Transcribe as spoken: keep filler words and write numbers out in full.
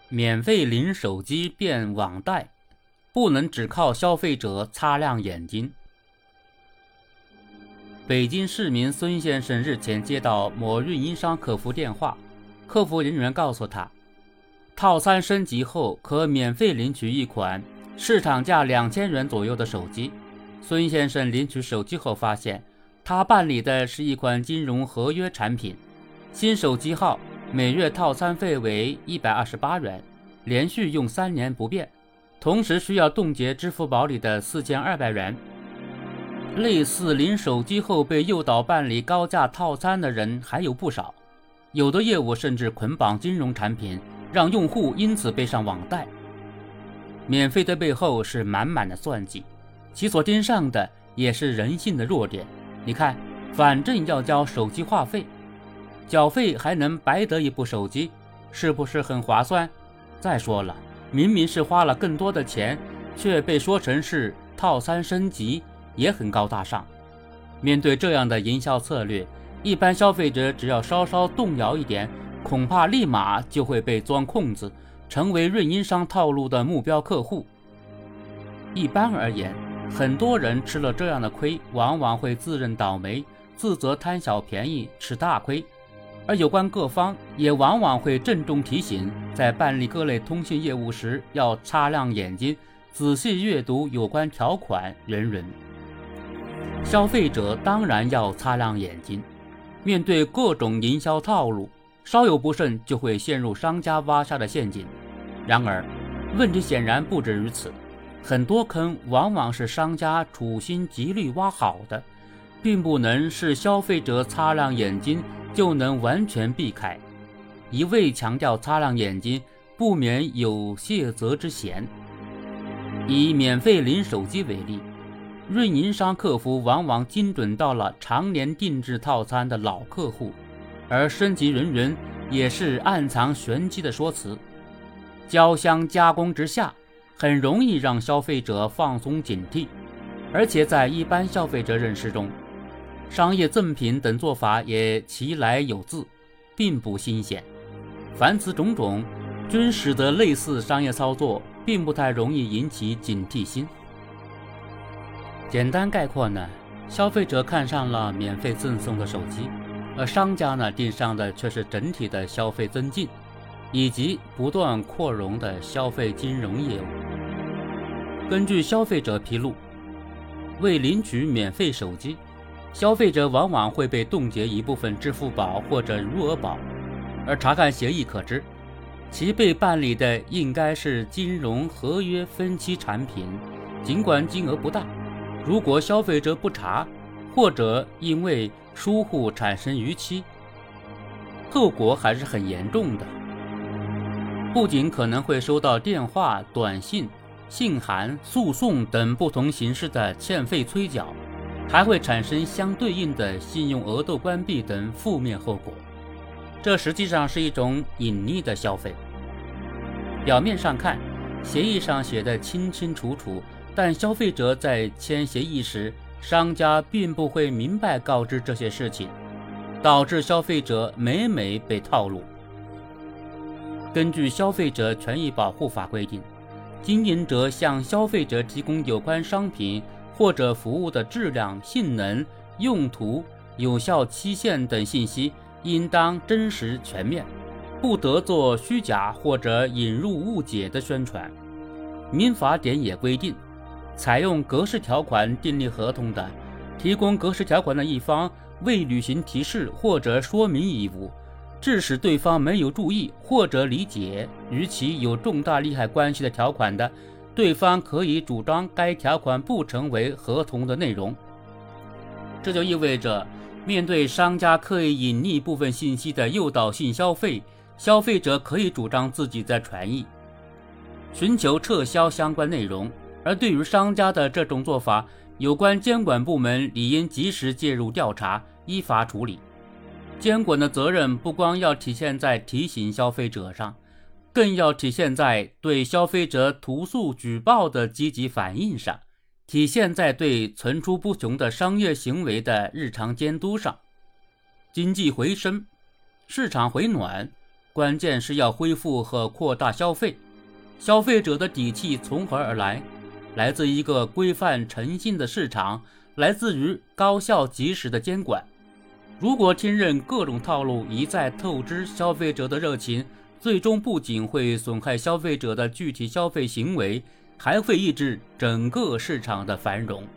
免费领手机变网贷，不能只靠消费者擦亮眼睛。北京市民孙先生日前接到某运营商客服电话，客服人员告诉他，套餐升级后可免费领取一款市场价两千元左右的手机。孙先生领取手机后发现，他办理的是一款金融合约产品，新手机号每月套餐费为一百二十八元，连续用三年不变，同时需要冻结支付宝里的四千二百元。类似领手机后被诱导办理高价套餐的人还有不少，有的业务甚至捆绑金融产品，让用户因此背上网贷。免费的背后是满满的算计，其所盯上的也是人性的弱点。你看，反正要交手机话费，缴费还能白得一部手机，是不是很划算？再说了，明明是花了更多的钱，却被说成是套餐升级，也很高大上。面对这样的营销策略，一般消费者只要稍稍动摇一点，恐怕立马就会被钻空子，成为运营商套路的目标客户。一般而言，很多人吃了这样的亏，往往会自认倒霉，自责贪小便宜吃大亏。而有关各方也往往会郑重提醒，在办理各类通信业务时要擦亮眼睛，仔细阅读有关条款人人。消费者当然要擦亮眼睛，面对各种营销套路，稍有不慎就会陷入商家挖下的陷阱。然而问题显然不止于此，很多坑往往是商家处心积虑挖好的，并不能是消费者擦亮眼睛就能完全避开。一味强调擦亮眼睛，不免有卸责之嫌。以免费领手机为例，运营商客服往往精准到了常年定制套餐的老客户，而升级人员也是暗藏玄机的说辞，交相加工之下，很容易让消费者放松警惕。而且在一般消费者认识中，商业赠品等做法也其来有自，并不新鲜。凡此种种，均使得类似商业操作并不太容易引起警惕心。简单概括呢，消费者看上了免费赠送的手机，而商家呢盯上的却是整体的消费增进，以及不断扩容的消费金融业务。根据消费者披露，为领取免费手机，消费者往往会被冻结一部分支付宝或者余额宝，而查看协议可知，其被办理的应该是金融合约分期产品，尽管金额不大，如果消费者不查，或者因为疏忽产生逾期，后果还是很严重的。不仅可能会收到电话、短信、信函、诉讼等不同形式的欠费催缴，还会产生相对应的信用额度关闭等负面后果。这实际上是一种隐匿的消费。表面上看，协议上写得清清楚楚，但消费者在签协议时，商家并不会明白告知这些事情，导致消费者每每被套路。根据消费者权益保护法规定，经营者向消费者提供有关商品或者服务的质量、性能、用途、有效期限等信息应当真实全面，不得做虚假或者引入误解的宣传。民法典也规定，采用格式条款订立合同的，提供格式条款的一方未履行提示或者说明义务，致使对方没有注意或者理解与其有重大利害关系的条款的，对方可以主张该条款不成为合同的内容。这就意味着，面对商家刻意隐匿部分信息的诱导性消费，消费者可以主张自己的权益，寻求撤销相关内容。而对于商家的这种做法，有关监管部门理应及时介入调查，依法处理。监管的责任不光要体现在提醒消费者上，更要体现在对消费者投诉举报的积极反应上，体现在对层出不穷的商业行为的日常监督上。经济回升，市场回暖， 关键是要恢复和扩大消费。消费者的底气从何而来？来自一个规范诚信的市场，来自于高效及时的监管。如果听任各种套路一再透支消费者的热情，最终不仅会损害消费者的具体消费行为，还会抑制整个市场的繁荣。